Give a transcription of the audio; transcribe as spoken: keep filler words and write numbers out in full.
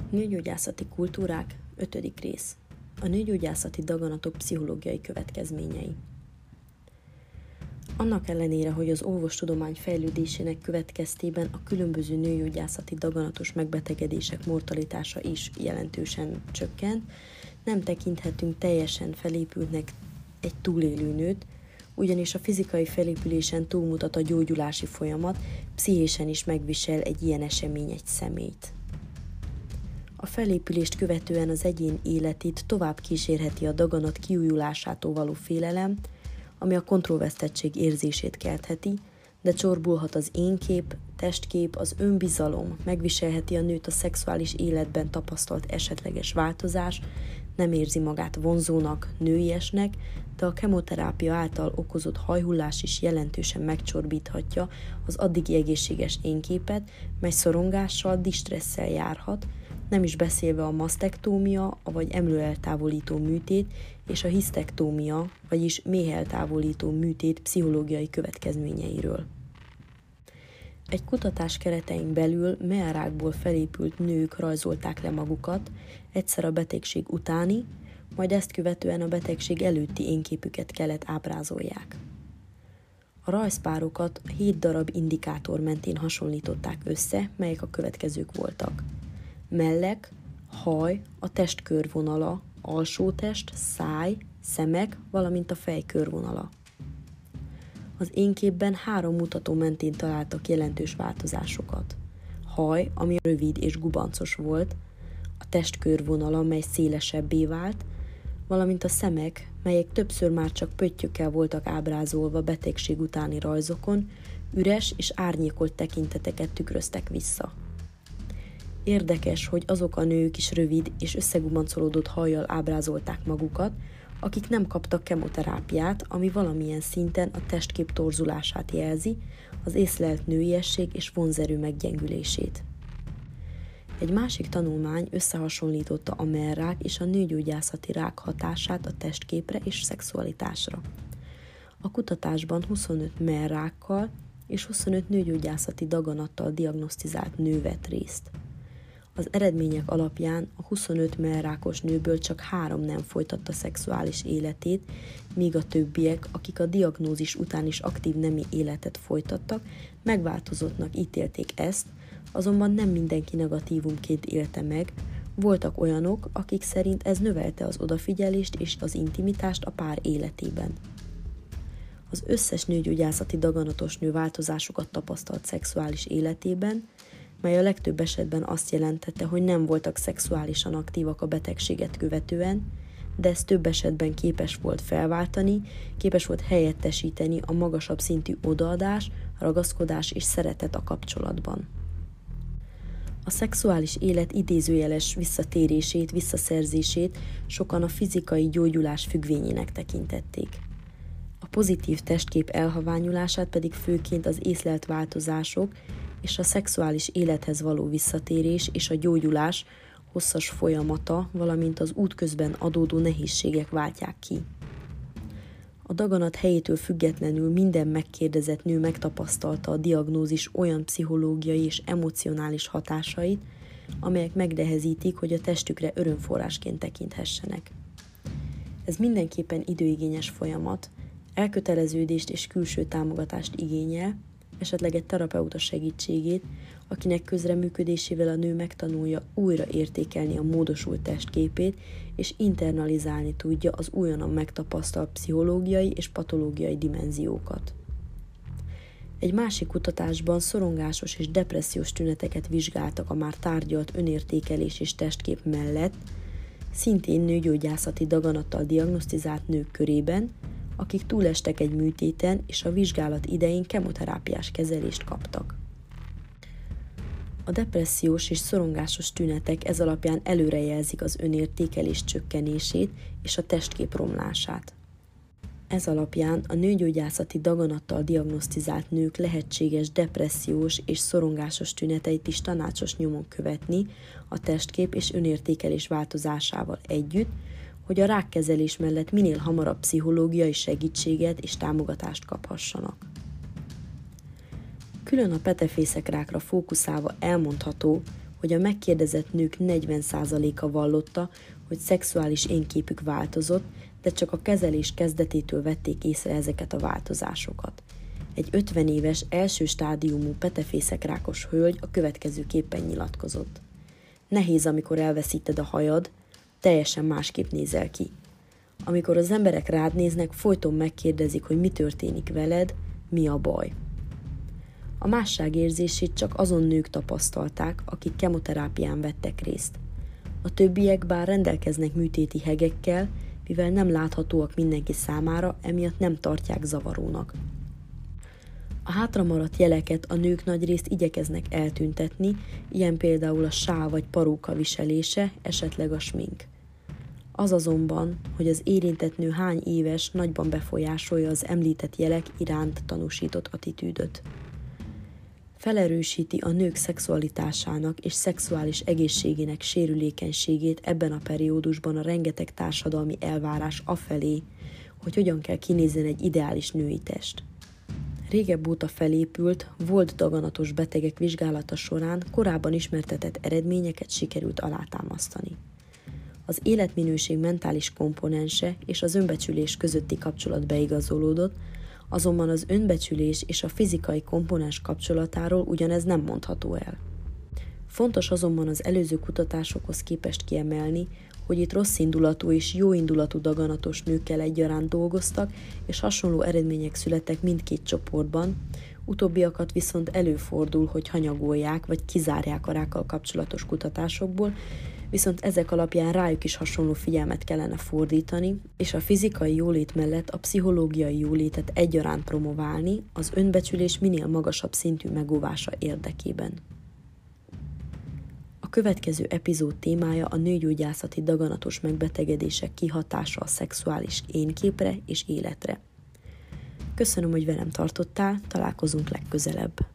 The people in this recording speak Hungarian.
Nőgyógyászati kultúrák, ötödik rész. A nőgyógyászati daganatok pszichológiai következményei. Annak ellenére, hogy az orvostudomány fejlődésének következtében a különböző nőgyógyászati daganatos megbetegedések mortalitása is jelentősen csökkent, nem tekinthetünk teljesen felépültnek egy túlélő nőt, ugyanis a fizikai felépülésen túlmutat a gyógyulási folyamat, pszichésen is megvisel egy ilyen esemény egy személyt. A felépülést követően az egyén életét tovább kísérheti a daganat kiújulásától való félelem, ami a kontrollvesztettség érzését keltheti, de csorbulhat az énkép, testkép, az önbizalom, megviselheti a nőt a szexuális életben tapasztalt esetleges változás, nem érzi magát vonzónak, nőiesnek, de a kemoterápia által okozott hajhullás is jelentősen megcsorbíthatja az addigi egészséges énképet, mely szorongással, disztresszel járhat, nem is beszélve a masztektómia, vagy emlőeltávolító műtét, és a hisztektómia, vagyis méheltávolító műtét pszichológiai következményeiről. Egy kutatás keretein belül mellrákból felépült nők rajzolták le magukat, egyszer a betegség utáni, majd ezt követően a betegség előtti énképüket kellett ábrázolják. A rajzpárokat hét darab indikátor mentén hasonlították össze, melyek a következők voltak. Mellek, haj, a test körvonala, alsótest, száj, szemek, valamint a fej körvonala. Az énképben három mutató mentén találtak jelentős változásokat. Haj, ami rövid és gubancos volt, a test körvonala, mely szélesebbé vált, valamint a szemek, melyek többször már csak pöttyökkel voltak ábrázolva betegség utáni rajzokon, üres és árnyékolt tekinteteket tükröztek vissza. Érdekes, hogy azok a nők is rövid és összegubancolódott hajjal ábrázolták magukat, akik nem kaptak kemoterápiát, ami valamilyen szinten a testkép torzulását jelzi, az észlelt nőiesség és vonzerő meggyengülését. Egy másik tanulmány összehasonlította a mellrák és a nőgyógyászati rák hatását a testképre és szexualitásra. A kutatásban huszonöt mellrákkal és huszonöt nőgyógyászati daganattal diagnosztizált nő vett részt. Az eredmények alapján a huszonöt mellrákos nőből csak három nem folytatta szexuális életét, míg a többiek, akik a diagnózis után is aktív nemi életet folytattak, megváltozottnak ítélték ezt, azonban nem mindenki negatívumként élte meg, voltak olyanok, akik szerint ez növelte az odafigyelést és az intimitást a pár életében. Az összes nőgyógyászati daganatos nő változásokat tapasztalt szexuális életében, mely a legtöbb esetben azt jelentette, hogy nem voltak szexuálisan aktívak a betegséget követően, de ez több esetben képes volt felváltani, képes volt helyettesíteni a magasabb szintű odaadás, ragaszkodás és szeretet a kapcsolatban. A szexuális élet idézőjeles visszatérését, visszaszerzését sokan a fizikai gyógyulás függvényének tekintették. A pozitív testkép elhaványulását pedig főként az észlelt változások és a szexuális élethez való visszatérés és a gyógyulás hosszas folyamata, valamint az útközben adódó nehézségek váltják ki. A daganat helyétől függetlenül minden megkérdezett nő megtapasztalta a diagnózis olyan pszichológiai és emocionális hatásait, amelyek megnehezítik, hogy a testükre örömforrásként tekinthessenek. Ez mindenképpen időigényes folyamat, elköteleződést és külső támogatást igényel, esetleg egy terapeuta segítségét, akinek közreműködésével a nő megtanulja újra értékelni a módosult testképét, és internalizálni tudja az újonnan megtapasztalt pszichológiai és patológiai dimenziókat. Egy másik kutatásban szorongásos és depressziós tüneteket vizsgáltak a már tárgyalt önértékelés és testkép mellett, szintén nőgyógyászati daganattal diagnosztizált nők körében, akik túlestek egy műtéten és a vizsgálat idején kemoterápiás kezelést kaptak. A depressziós és szorongásos tünetek ez alapján előrejelzik az önértékelés csökkenését és a testkép romlását. Ez alapján a nőgyógyászati daganattal diagnosztizált nők lehetséges depressziós és szorongásos tüneteit is tanácsos nyomon követni a testkép és önértékelés változásával együtt, hogy a rákkezelés mellett minél hamarabb pszichológiai segítséget és támogatást kaphassanak. Külön a petefészekrákra fókuszálva elmondható, hogy a megkérdezett nők negyven százaléka vallotta, hogy szexuális énképük változott, de csak a kezelés kezdetétől vették észre ezeket a változásokat. Egy ötven éves első stádiumú petefészekrákos hölgy a következőképpen nyilatkozott. Nehéz, amikor elveszíted a hajad, teljesen másképp nézel ki. Amikor az emberek rád néznek, folyton megkérdezik, hogy mi történik veled, mi a baj. A másság érzését csak azon nők tapasztalták, akik kemoterápián vettek részt. A többiek bár rendelkeznek műtéti hegekkel, mivel nem láthatóak mindenki számára, emiatt nem tartják zavarónak. A hátramaradt jeleket a nők nagyrészt igyekeznek eltüntetni, ilyen például a sál vagy paróka viselése, esetleg a smink. Az azonban, hogy az érintett nő hány éves, nagyban befolyásolja az említett jelek iránt tanúsított attitűdöt. Felerősíti a nők szexualitásának és szexuális egészségének sérülékenységét ebben a periódusban a rengeteg társadalmi elvárás afelé, hogy hogyan kell kinézzen egy ideális női test. Régebb óta felépült, volt daganatos betegek vizsgálata során korábban ismertetett eredményeket sikerült alátámasztani. Az életminőség mentális komponense és az önbecsülés közötti kapcsolat beigazolódott, azonban az önbecsülés és a fizikai komponens kapcsolatáról ugyanez nem mondható el. Fontos azonban az előző kutatásokhoz képest kiemelni, hogy itt rosszindulatú és jóindulatú daganatos nőkkel egyaránt dolgoztak, és hasonló eredmények születtek mindkét csoportban, utóbbiakat viszont előfordul, hogy hanyagolják vagy kizárják a rákkal kapcsolatos kutatásokból, viszont ezek alapján rájuk is hasonló figyelmet kellene fordítani, és a fizikai jólét mellett a pszichológiai jólétet egyaránt promoválni, az önbecsülés minél magasabb szintű megóvása érdekében. A következő epizód témája a nőgyógyászati daganatos megbetegedések kihatása a szexuális énképre és életre. Köszönöm, hogy velem tartottál, találkozunk legközelebb.